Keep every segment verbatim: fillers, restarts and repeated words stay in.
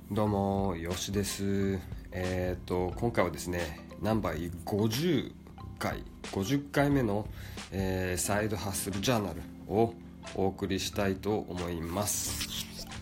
どうもよしです。えっ、と今回はですねナンバーごじゅっかいごじゅっかいめの、えー、サイドハッスルジャーナルをお送りしたいと思います。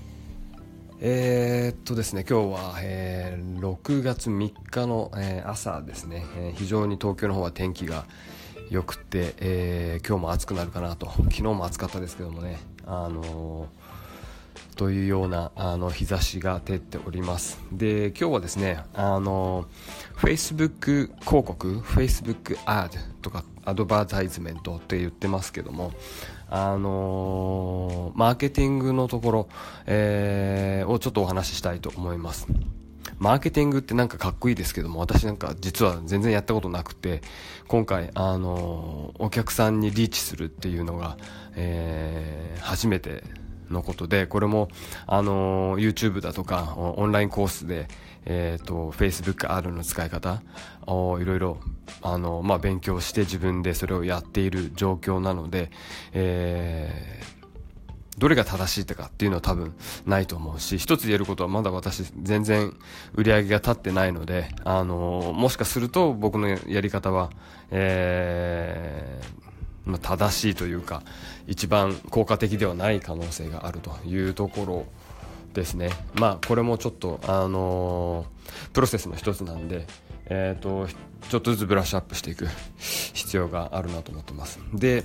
えー、っとですね今日は、えー、ろくがつみっかの、えー、朝ですね、えー、非常に東京の方は天気が良くて、えー、今日も暑くなるかなと。昨日も暑かったですけどもね、あのーというようなあの日差しが照っております。で、今日はですね、あの Facebook 広告 Facebook アドとかアドバタイズメントって言ってますけども、あのマーケティングのところ、えー、をちょっとお話ししたいと思います。マーケティングってなんかかっこいいですけども、私なんか実は全然やったことなくて、今回あのお客さんにリーチするっていうのが、えー、初めてのことで、これもあの YouTube だとかオンラインコースで、えー、と Facebook アドの使い方をいろいろあの、まあ、勉強して自分でそれをやっている状況なので、えーどれが正しいとかっていうのは多分ないと思うし、一つ言えることはまだ私全然売り上げが立ってないので、あのもしかすると僕のやり方は、えーまあ、正しいというか一番効果的ではない可能性があるというところですね。まあこれもちょっとあのプロセスの一つなんで、えーとちょっとずつブラッシュアップしていく必要があるなと思ってます。で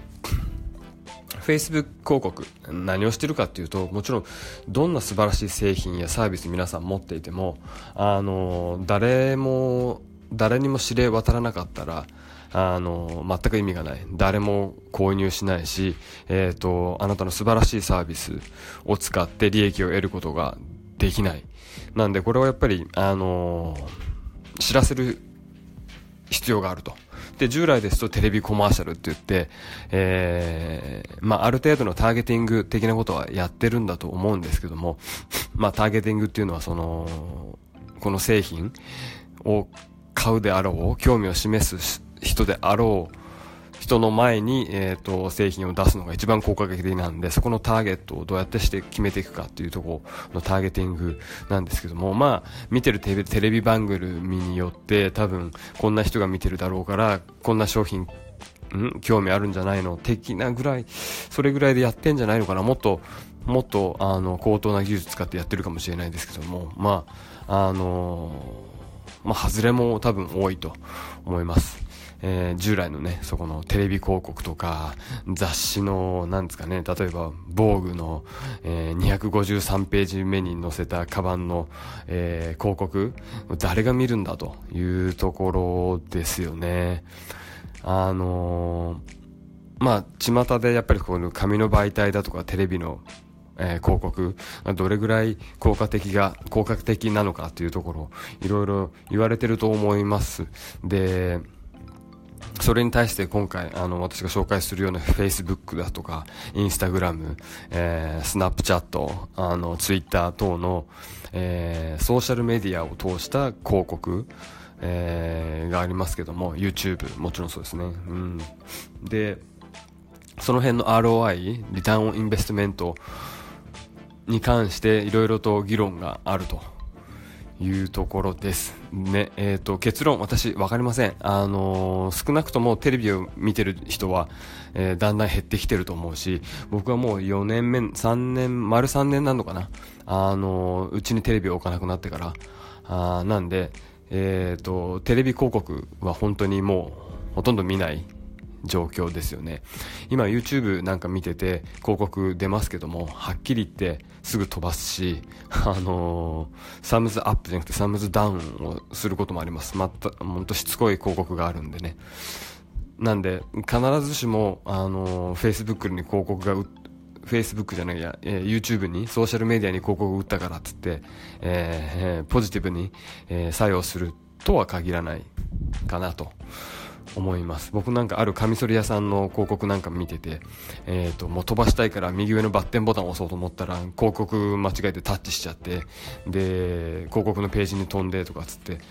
Facebook 広告何をしてるかっていうと、もちろんどんな素晴らしい製品やサービス皆さん持っていても、あの誰も誰にも指令渡らなかったらあの全く意味がない。誰も購入しないし、えーとあなたの素晴らしいサービスを使って利益を得ることができない。なんでこれはやっぱりあの知らせる必要があると。で、従来ですとテレビコマーシャルって言って、えー、まあある程度のターゲティング的なことはやってるんだと思うんですけども、まあターゲティングっていうのはそのこの製品を買うであろう、興味を示す人であろう人の前に、えーと、製品を出すのが一番効果的なんで、そこのターゲットをどうやってして決めていくかっていうところのターゲティングなんですけども、まあ見てるテレビ、テレビ番組によって多分こんな人が見てるだろうからこんな商品ん興味あるんじゃないの的なぐらい、それぐらいでやってんじゃないのかな。もっともっとあの高等な技術使ってやってるかもしれないですけども、まああのー、まあ外れも多分多いと思います。えー、従来のね、そこのテレビ広告とか雑誌のなんですかね、例えば防具の、えー、にひゃくごじゅうさんページ目に載せたカバンの、えー、広告、誰が見るんだというところですよね。あのー、まあ巷でやっぱりこの紙の媒体だとかテレビのえー、広告どれぐらい効果的が効果的なのかというところいろいろ言われてると思います。で、それに対して今回あの私が紹介するような Facebook だとか Instagram、えー、Snapchat、あの Twitter 等の、えー、ソーシャルメディアを通した広告、えー、がありますけども、 YouTube もちろんそうですね、うん、でその辺の アールオーアイ リターンオンインベストメントに関していろいろと議論があるというところですね。えーと、結論、私分かりません。あのー、少なくともテレビを見てる人は、えー、だんだん減ってきてると思うし、僕はもうよねんめ、さんねん、丸さんねんなのかな。あのー、うちにテレビを置かなくなってから。あなんで、えーと、テレビ広告は本当にもうほとんど見ない状況ですよね。今 YouTube なんか見てて広告出ますけども、はっきり言ってすぐ飛ばすし、あのー、サムズアップじゃなくてサムズダウンをすることもあります。またほんとしつこい広告があるんでね。なんで必ずしもあのー、Facebook に広告がFacebook じゃないや、えー、YouTube にソーシャルメディアに広告を打ったからっつって、えー、ポジティブに、えー、作用するとは限らないかなと思います。僕なんかあるカミソリ屋さんの広告なんか見てて、えーと、もう飛ばしたいから右上のバッテンボタンを押そうと思ったら広告間違えてタッチしちゃって、で広告のページに飛んでとかつって、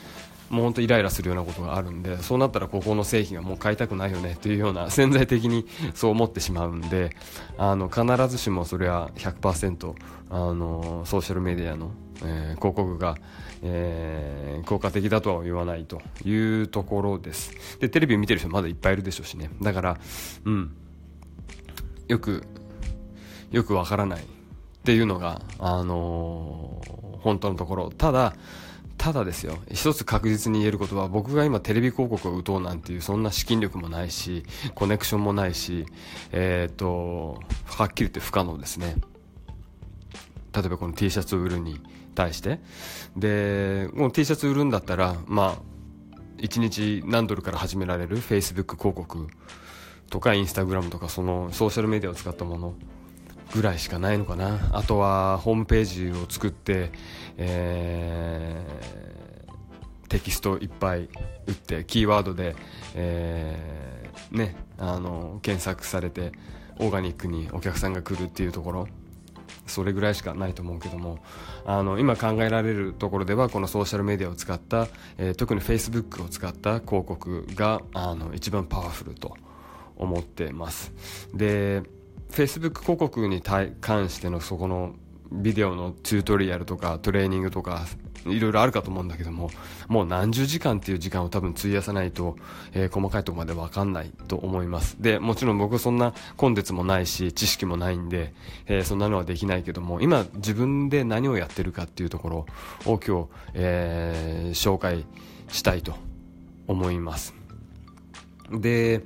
もう本当イライラするようなことがあるんで、そうなったらここの製品はもう買いたくないよねというような潜在的にそう思ってしまうんで、あの必ずしもそれは ひゃくパーセント あのソーシャルメディアの、えー、広告が、えー、効果的だとは言わないというところです。でテレビ見てる人まだいっぱいいるでしょうしね。だからうんよくよくわからないっていうのが、あのー、本当のところ。ただただですよ、一つ確実に言えることは、僕が今テレビ広告を打とうなんていうそんな資金力もないしコネクションもないし、えー、とはっきり言って不可能ですね。例えばこの T シャツを売るに対してで、もう T シャツ売るんだったら、まあいちにち何ドルから始められる Facebook 広告とか Instagram とか、そのソーシャルメディアを使ったものぐらいしかないのかな。あとはホームページを作って、えー、テキストいっぱい打ってキーワードで、えーね、あの検索されてオーガニックにお客さんが来るっていうところ、それぐらいしかないと思うけども、あの今考えられるところではこのソーシャルメディアを使った、えー、特に Facebook を使った広告があの一番パワフルと思っています。でFacebook 広告に関してのそこのビデオのチュートリアルとかトレーニングとかいろいろあるかと思うんだけども、もう何十時間っていう時間を多分費やさないと、えー、細かいところまで分かんないと思います。でもちろん僕そんなコンテンツもないし知識もないんで、えー、そんなのはできないけども、今自分で何をやってるかっていうところを今日、えー、紹介したいと思います。で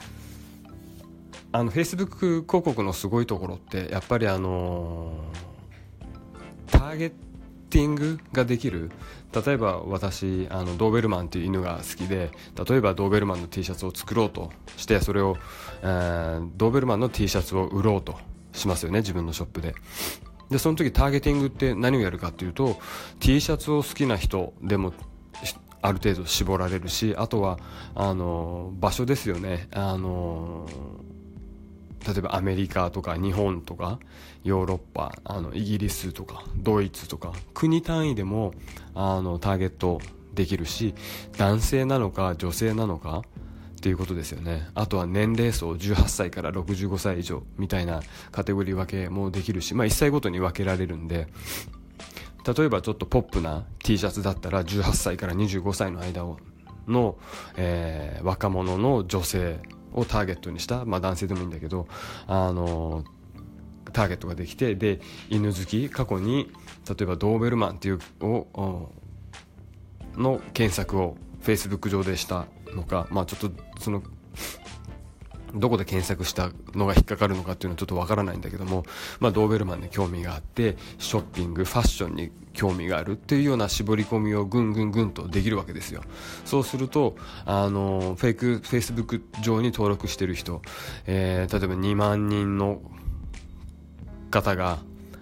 あの Facebook 広告のすごいところってやっぱりあのー、ターゲッティングができる。例えば私あのドーベルマンという犬が好きで、例えばドーベルマンの T シャツを作ろうとしてそれを、えー、ドーベルマンの T シャツを売ろうとしますよね、自分のショップで。でその時ターゲティングって何をやるかっていうと、 T シャツを好きな人でもある程度絞られるし、あとはあの場所ですよね。あの例えばアメリカとか日本とかヨーロッパ、あのイギリスとかドイツとか国単位でもあのターゲットできるし、男性なのか女性なのかっていうことですよね。あとは年齢層じゅうはっさいからろくじゅうごさい以上みたいなカテゴリー分けもできるし、まあ、いっさいごとに分けられるんで、例えばちょっとポップな T シャツだったらじゅうはっさいからにじゅうごさいの間の、えー、若者の女性をターゲットにした、まあ、男性でもいいんだけど、あのターゲットができて、で犬好き、過去に例えばドーベルマンっていうをの検索を Facebook 上でしたのか、まあ、ちょっとそのどこで検索したのが引っかかるのかっていうのはちょっとわからないんだけども、まあ、ドーベルマンに興味があってショッピングファッションに興味があるっていうような絞り込みをぐんぐんぐんとできるわけですよ。そうするとあのフェイクフェイスブック上に登録してる人、えー、例えばにまんにんの方が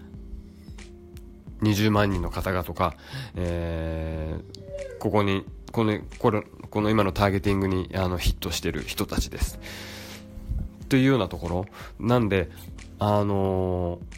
にじゅうまんにんの方がとか、えー、ここにこのこれこの今のターゲティングにあのヒットしてる人たちですというようなところなんで、あのー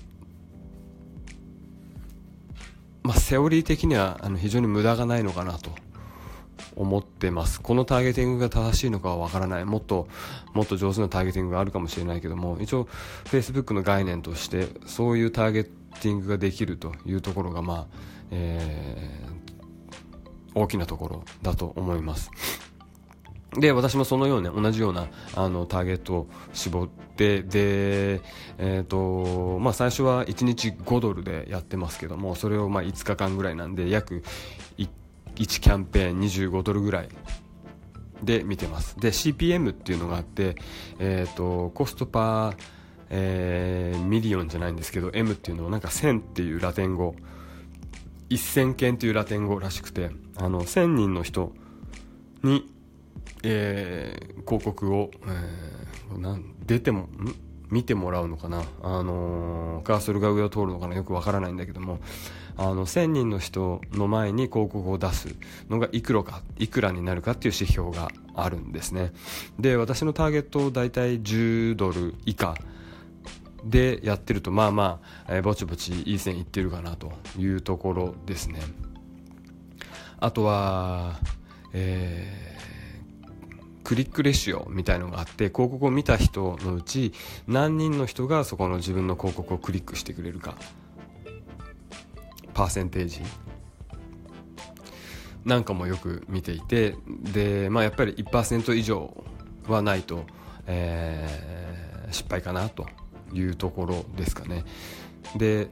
まあ、セオリー的にはあの非常に無駄がないのかなと思ってます。このターゲティングが正しいのかはわからない。もっともっと上手なターゲティングがあるかもしれないけども、一応 Facebook の概念としてそういうターゲティングができるというところが、まあえー、大きなところだと思います。で私もそのように同じようなあのターゲットを絞って、で、えーとまあ、最初はいちにちごドルでやってますけども、それをまあいつかかんぐらいなんで約いちキャンペーンにじゅうごドルぐらいで見てます。で シーピーエム っていうのがあって、えーとコストパー、えー、ミリオンじゃないんですけど M っていうのはなんかせんっていうラテン語、せんけんっていうラテン語らしくて、あのせんにんの人にえー、広告を、えー、なん出てもん見てもらうのかな、あのー、カーソルが上を通るのかな、よくわからないんだけども、あのせんにんの人の前に広告を出すのがいくらかいくらになるかっていう指標があるんですね。で私のターゲットをだいたいじゅうドル以下でやってると、まあまあ、えー、ぼちぼちいい線いってるかなというところですね。あとはえークリックレシオみたいのがあって、広告を見た人のうち何人の人がそこの自分の広告をクリックしてくれるか、パーセンテージなんかもよく見ていて、で、まあ、やっぱり いちパーセント 以上はないと、えー、失敗かなというところですかね。で、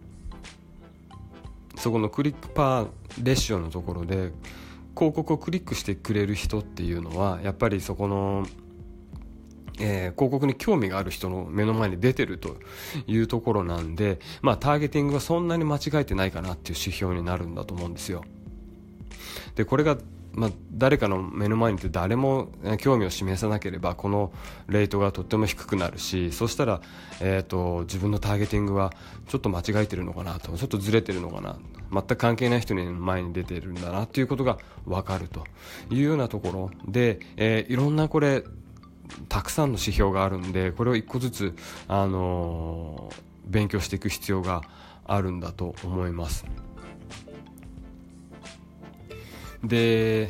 そこのクリックパーレシオのところで広告をクリックしてくれる人っていうのはやっぱりそこの、えー、広告に興味がある人の目の前に出てるというところなんで、まあターゲティングがそんなに間違えてないかなっていう指標になるんだと思うんですよ。でこれが、まあ、誰かの目の前にいて誰も興味を示さなければこのレートがとっても低くなるし、そしたら、えーと、自分のターゲティングはちょっと間違えてるのかなと、ちょっとずれてるのかな、全く関係ない人の前に出てるんだなということが分かるというようなところで、えー、いろんなこれたくさんの指標があるんで、これを一個ずつ、あのー、勉強していく必要があるんだと思います。で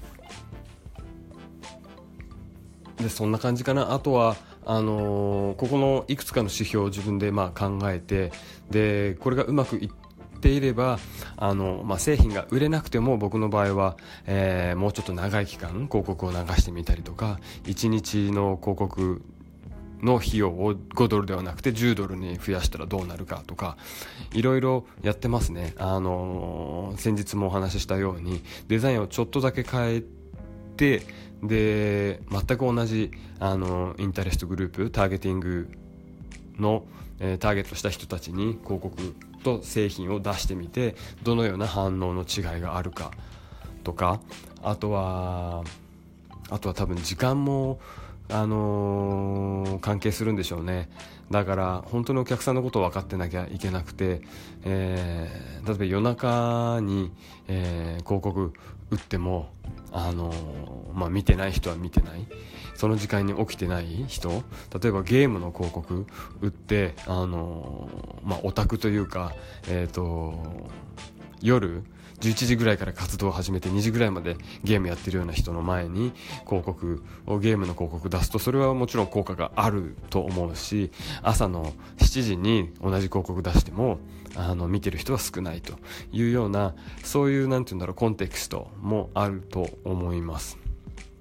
でそんな感じかな。あとはあのー、ここのいくつかの指標を自分でまあ考えて、でこれがうまくいっていればあの、まあ、製品が売れなくても僕の場合は、えー、もうちょっと長い期間広告を流してみたりとか、いちにちの広告の費用をごドルではなくてじゅうドルに増やしたらどうなるかとか、いろいろやってますね。あのー、先日もお話ししたようにデザインをちょっとだけ変えて、で全く同じあのインタレストグループターゲティングの、えー、ターゲットした人たちに広告と製品を出してみて、どのような反応の違いがあるかとか、あとはあとは多分時間もあのー、関係するんでしょうね。だから本当にお客さんのことを分かってなきゃいけなくて、えー、例えば夜中に、えー、広告打っても、あのーまあ、見てない人は見てない、その時間に起きてない人、例えばゲームの広告打って、あのーまあ、オタクというか、えーと夜じゅういちじぐらいから活動を始めてにじぐらいまでゲームやってるような人の前に広告をゲームの広告出すと、それはもちろん効果があると思うし、朝のしちじに同じ広告出してもあの見てる人は少ないというような、そういうなんていうんだろう、コンテクストもあると思います。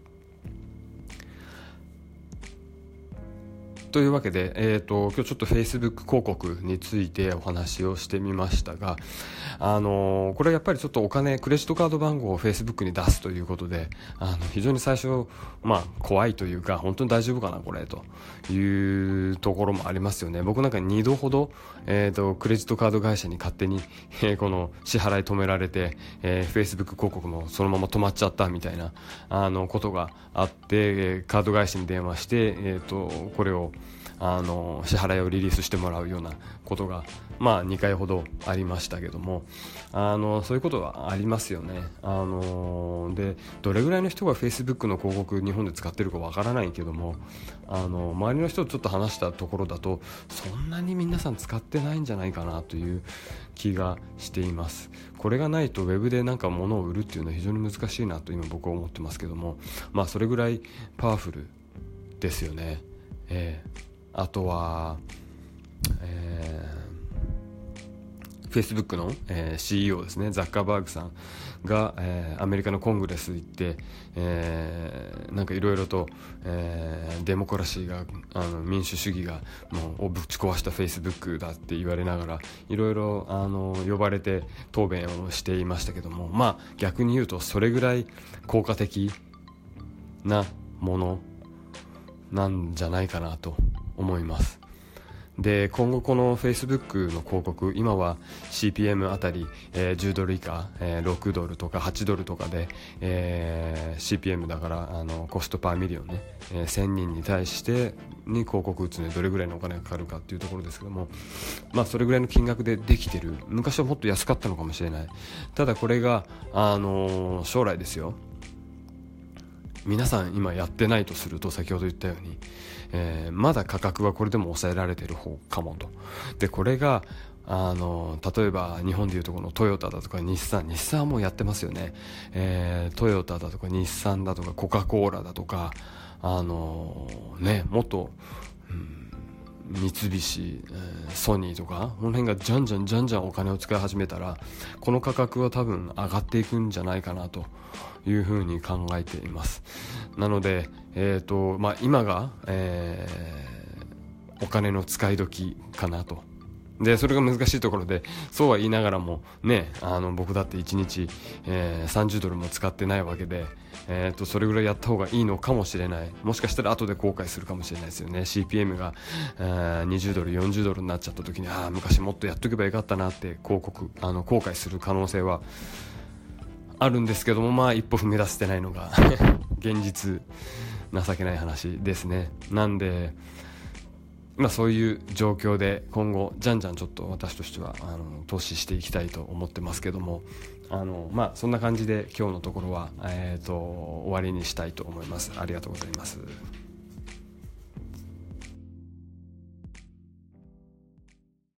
というわけで、えーと、今日ちょっと Facebook 広告についてお話をしてみましたが、あのー、これやっぱりちょっとお金、クレジットカード番号を Facebook に出すということで、あの非常に最初、まあ、怖いというか、本当に大丈夫かなこれというところもありますよね。僕なんかにどほど、えーと、クレジットカード会社に勝手に、えー、この支払い止められて、えー、Facebook 広告もそのまま止まっちゃったみたいなあのことがあって、カード会社に電話して、えーと、これをあの支払いをリリースしてもらうようなことが、まあ、にかいほどありましたけども、あのそういうことはありますよね。あのでどれぐらいの人が Facebook の広告日本で使ってるかわからないけども、あの周りの人とちょっと話したところだとそんなに皆さん使ってないんじゃないかなという気がしています。これがないとウェブでなんか物を売るっていうのは非常に難しいなと今僕は思ってますけども、まあそれぐらいパワフルですよね。えーあとは、えー、Facebook の、えー、シーイーオー ですね、ザッカーバーグさんが、えー、アメリカのコングレス行って、えー、なんかいろいろと、えー、デモクラシーがあの民主主義がもうをぶち壊した Facebook だって言われながらいろいろあの呼ばれて答弁をしていましたけども、まあ逆に言うとそれぐらい効果的なものなんじゃないかなと思います。で今後この Facebook の広告、今は シーピーエム あたり、えー、じゅうドル以下、えー、ろくドルとかはちドルとかで、えー、シーピーエム だからあのコストパーミリオンね、えー、せんにんに対してに広告打つのにどれぐらいのお金がかかるかっていうところですけども、まあそれぐらいの金額でできてる。昔はもっと安かったのかもしれない。ただこれがあのー、将来ですよ、皆さん今やってないとすると、先ほど言ったように、えー、まだ価格はこれでも抑えられてる方かもと。でこれがあの例えば日本でいうとこのトヨタだとか日産日産はもうやってますよね、えー、トヨタだとか日産だとかコカ・コーラだとかあのねもっと、うん三菱、えー、ソニーとかこの辺がじゃんじゃんじゃんじゃんお金を使い始めたらこの価格は多分上がっていくんじゃないかなというふうに考えています。なので、えーとまあ、今が、えー、お金の使い時かなと。でそれが難しいところでそうは言いながらもねあの僕だっていちにち、えー、さんじゅうドルも使ってないわけで、えー、とそれぐらいやった方がいいのかもしれない。もしかしたら後で後悔するかもしれないですよね。 シーピーエム が、えー、にじゅうドルよんじゅうドルになっちゃった時にああ昔もっとやっとけばよかったなって広告あの後悔する可能性はあるんですけども、まあ一歩踏み出せてないのが現実情けない話ですね。なんでまあ、そういう状況で今後じゃんじゃんちょっと私としてはあの投資していきたいと思ってますけども、あの、まあ、そんな感じで今日のところは、えーと、終わりにしたいと思います。ありがとうございます。